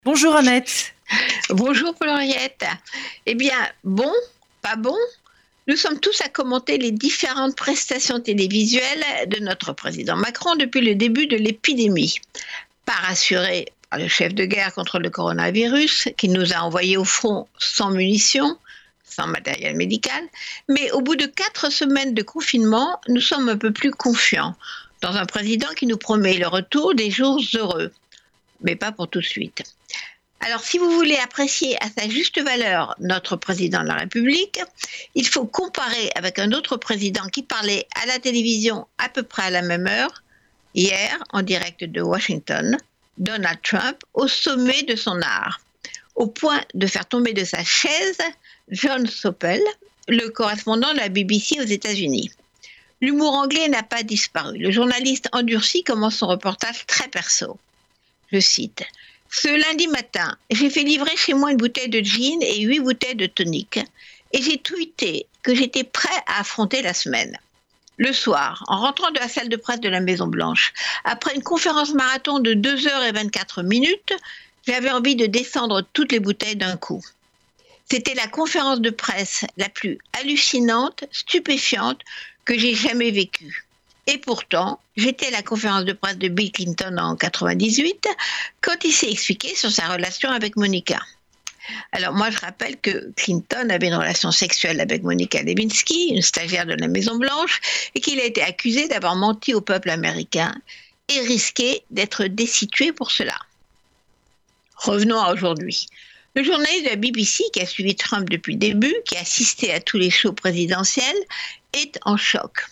Bonjour Annette. Bonjour Paul-Henriette. Eh bien, bon, pas bon, nous sommes tous à commenter les différentes prestations télévisuelles de notre président Macron depuis le début de l'épidémie. Pas rassuré par le chef de guerre contre le coronavirus, qui nous a envoyés au front sans munitions, sans matériel médical, mais au bout de 4 semaines de confinement, nous sommes un peu plus confiants dans un président qui nous promet le retour des jours heureux, mais pas pour tout de suite. Alors, si vous voulez apprécier à sa juste valeur notre président de la République, il faut comparer avec un autre président qui parlait à la télévision à peu près à la même heure, hier, en direct de Washington, Donald Trump, au sommet de son art, au point de faire tomber de sa chaise John Sopel, le correspondant de la BBC aux États-Unis. L'humour anglais n'a pas disparu. Le journaliste endurci commence son reportage très perso. Je cite: ce lundi matin, j'ai fait livrer chez moi une bouteille de gin et 8 bouteilles de tonic. Et j'ai tweeté que j'étais prêt à affronter la semaine. Le soir, en rentrant de la salle de presse de la Maison-Blanche, après une conférence marathon de 2h24, j'avais envie de descendre toutes les bouteilles d'un coup. C'était la conférence de presse la plus hallucinante, stupéfiante que j'ai jamais vécue. Et pourtant, j'étais à la conférence de presse de Bill Clinton en 98 quand il s'est expliqué sur sa relation avec Monica. Alors moi, je rappelle que Clinton avait une relation sexuelle avec Monica Lewinsky, une stagiaire de la Maison-Blanche, et qu'il a été accusé d'avoir menti au peuple américain et risqué d'être destitué pour cela. Revenons à aujourd'hui. Le journaliste de la BBC, qui a suivi Trump depuis le début, qui a assisté à tous les shows présidentiels, est en choc.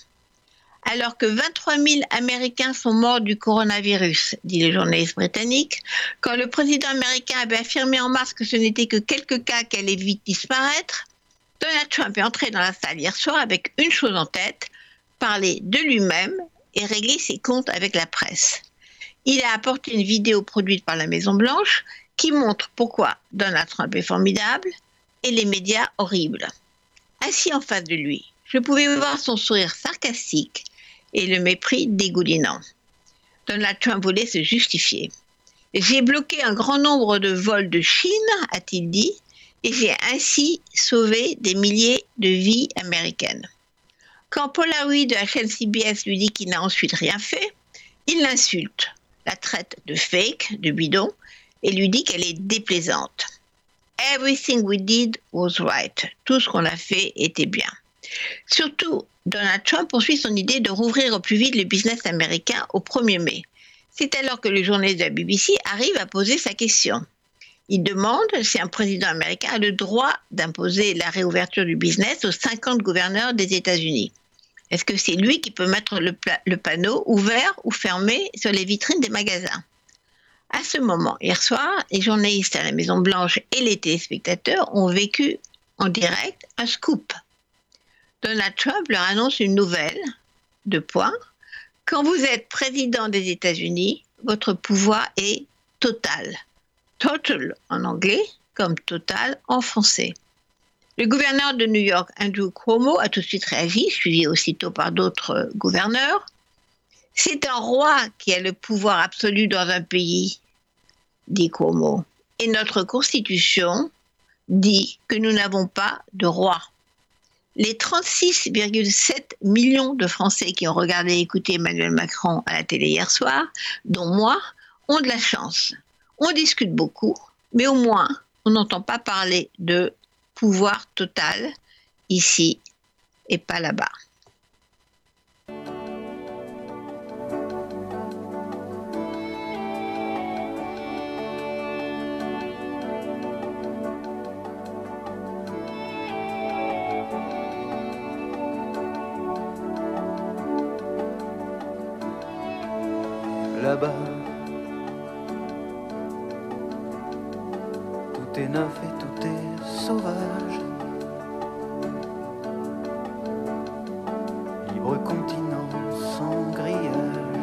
Alors que 23 000 Américains sont morts du coronavirus, dit le journaliste britannique, quand le président américain avait affirmé en mars que ce n'était que quelques cas qui allaient vite disparaître, Donald Trump est entré dans la salle hier soir avec une chose en tête: parler de lui-même et régler ses comptes avec la presse. Il a apporté une vidéo produite par la Maison-Blanche qui montre pourquoi Donald Trump est formidable et les médias horribles. Assis en face de lui, je pouvais voir son sourire sarcastique et le mépris dégoulinant. Donald Trump voulait se justifier. J'ai bloqué un grand nombre de vols de Chine, a-t-il dit, et j'ai ainsi sauvé des milliers de vies américaines. Quand Paul Hawley de la chaîne CBS lui dit qu'il n'a ensuite rien fait, il l'insulte, la traite de fake, de bidon, et lui dit qu'elle est déplaisante. Everything we did was right. Tout ce qu'on a fait était bien. Surtout, Donald Trump poursuit son idée de rouvrir au plus vite le business américain au 1er mai. C'est alors que le journaliste de la BBC arrive à poser sa question. Il demande si un président américain a le droit d'imposer la réouverture du business aux 50 gouverneurs des États-Unis. Est-ce que c'est lui qui peut mettre le panneau ouvert ou fermé sur les vitrines des magasins? À ce moment, hier soir, les journalistes à la Maison-Blanche et les téléspectateurs ont vécu en direct un scoop. Donald Trump leur annonce une nouvelle, 2 points. Quand vous êtes président des États-Unis, votre pouvoir est total. Total en anglais, comme total en français. Le gouverneur de New York, Andrew Cuomo, a tout de suite réagi, suivi aussitôt par d'autres gouverneurs. C'est un roi qui a le pouvoir absolu dans un pays, dit Cuomo. Et notre Constitution dit que nous n'avons pas de roi. Les 36,7 millions de Français qui ont regardé et écouté Emmanuel Macron à la télé hier soir, dont moi, ont de la chance. On discute beaucoup, mais au moins, on n'entend pas parler de pouvoir total ici et pas là-bas. Là-bas, tout est neuf et tout est sauvage. Libre continent sans grillage.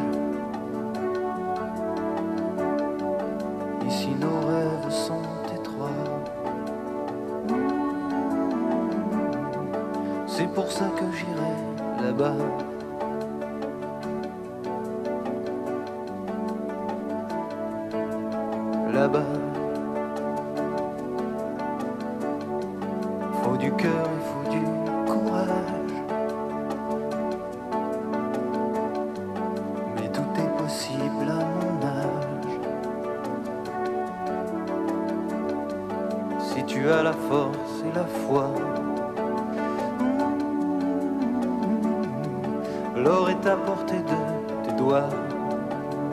Ici nos rêves sont étroits. C'est pour ça que j'irai là-bas. Là-bas, faut du cœur, il faut du courage. Mais tout est possible à mon âge. Si tu as la force et la foi, l'or est à portée de tes doigts.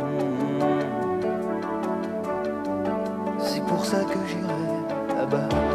C'est pour ça que j'irai là-bas.